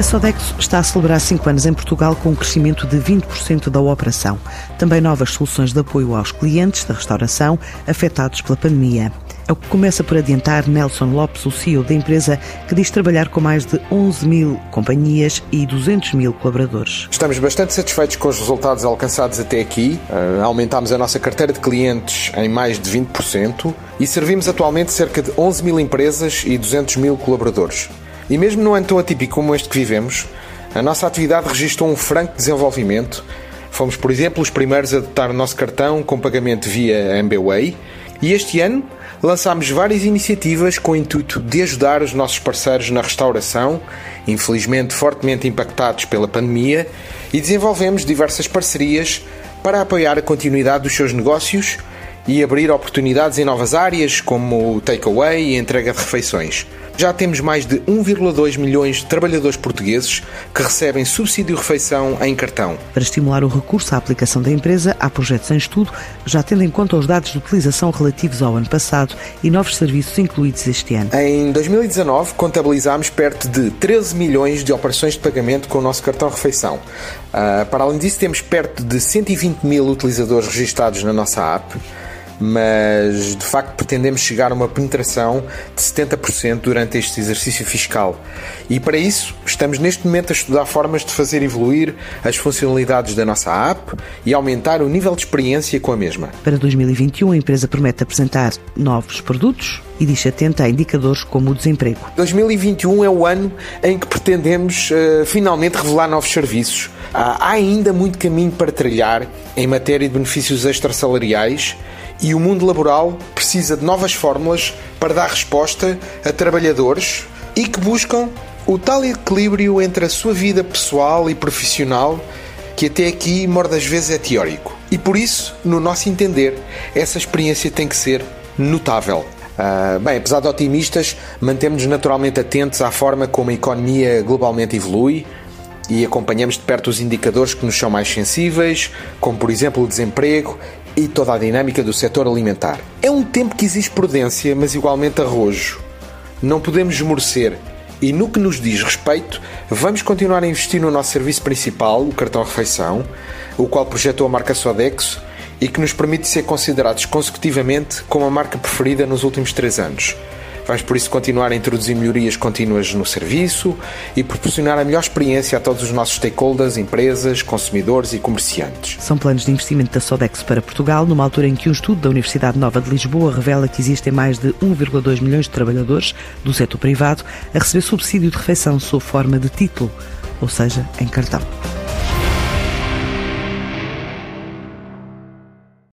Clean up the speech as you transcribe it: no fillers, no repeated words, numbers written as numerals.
A Sodexo está a celebrar 5 anos em Portugal com um crescimento de 20% da operação. Também novas soluções de apoio aos clientes da restauração afetados pela pandemia. É o que começa por adiantar Nelson Lopes, o CEO da empresa, que diz trabalhar com mais de 11 mil companhias e 200 mil colaboradores. Estamos bastante satisfeitos com os resultados alcançados até aqui. Aumentámos a nossa carteira de clientes em mais de 20% e servimos atualmente cerca de 11 mil empresas e 200 mil colaboradores. E mesmo num ano tão atípico como este que vivemos, a nossa atividade registrou um franco desenvolvimento. Fomos, por exemplo, os primeiros a adotar o nosso cartão com pagamento via MBWay e este ano lançámos várias iniciativas com o intuito de ajudar os nossos parceiros na restauração, infelizmente fortemente impactados pela pandemia, e desenvolvemos diversas parcerias para apoiar a continuidade dos seus negócios e abrir oportunidades em novas áreas, como o takeaway e a entrega de refeições. Já temos mais de 1,2 milhões de trabalhadores portugueses que recebem subsídio de refeição em cartão. Para estimular o recurso à aplicação da empresa, há projetos em estudo, já tendo em conta os dados de utilização relativos ao ano passado e novos serviços incluídos este ano. Em 2019, contabilizámos perto de 13 milhões de operações de pagamento com o nosso cartão refeição. Para além disso, temos perto de 120 mil utilizadores registados na nossa app, mas de facto pretendemos chegar a uma penetração de 70% durante este exercício fiscal. E para isso estamos neste momento a estudar formas de fazer evoluir as funcionalidades da nossa app e aumentar o nível de experiência com a mesma. Para 2021 a empresa promete apresentar novos produtos e diz atenta a indicadores como o desemprego. 2021 é o ano em que pretendemos finalmente revelar novos serviços. Há ainda muito caminho para trilhar em matéria de benefícios extrasalariais e o mundo laboral precisa de novas fórmulas para dar resposta a trabalhadores e que buscam o tal equilíbrio entre a sua vida pessoal e profissional que até aqui, maior das vezes, é teórico. E por isso, no nosso entender, essa experiência tem que ser notável. Apesar de otimistas, mantemos-nos naturalmente atentos à forma como a economia globalmente evolui e acompanhamos de perto os indicadores que nos são mais sensíveis, como por exemplo o desemprego e toda a dinâmica do setor alimentar. É um tempo que exige prudência, mas igualmente arrojo. Não podemos esmorecer e, no que nos diz respeito, vamos continuar a investir no nosso serviço principal, o cartão refeição, o qual projetou a marca Sodexo e que nos permite ser considerados consecutivamente como a marca preferida nos últimos 3 anos. Vamos por isso continuar a introduzir melhorias contínuas no serviço e proporcionar a melhor experiência a todos os nossos stakeholders, empresas, consumidores e comerciantes. São planos de investimento da Sodexo para Portugal, numa altura em que um estudo da Universidade Nova de Lisboa revela que existem mais de 1,2 milhões de trabalhadores do setor privado a receber subsídio de refeição sob forma de título, ou seja, em cartão.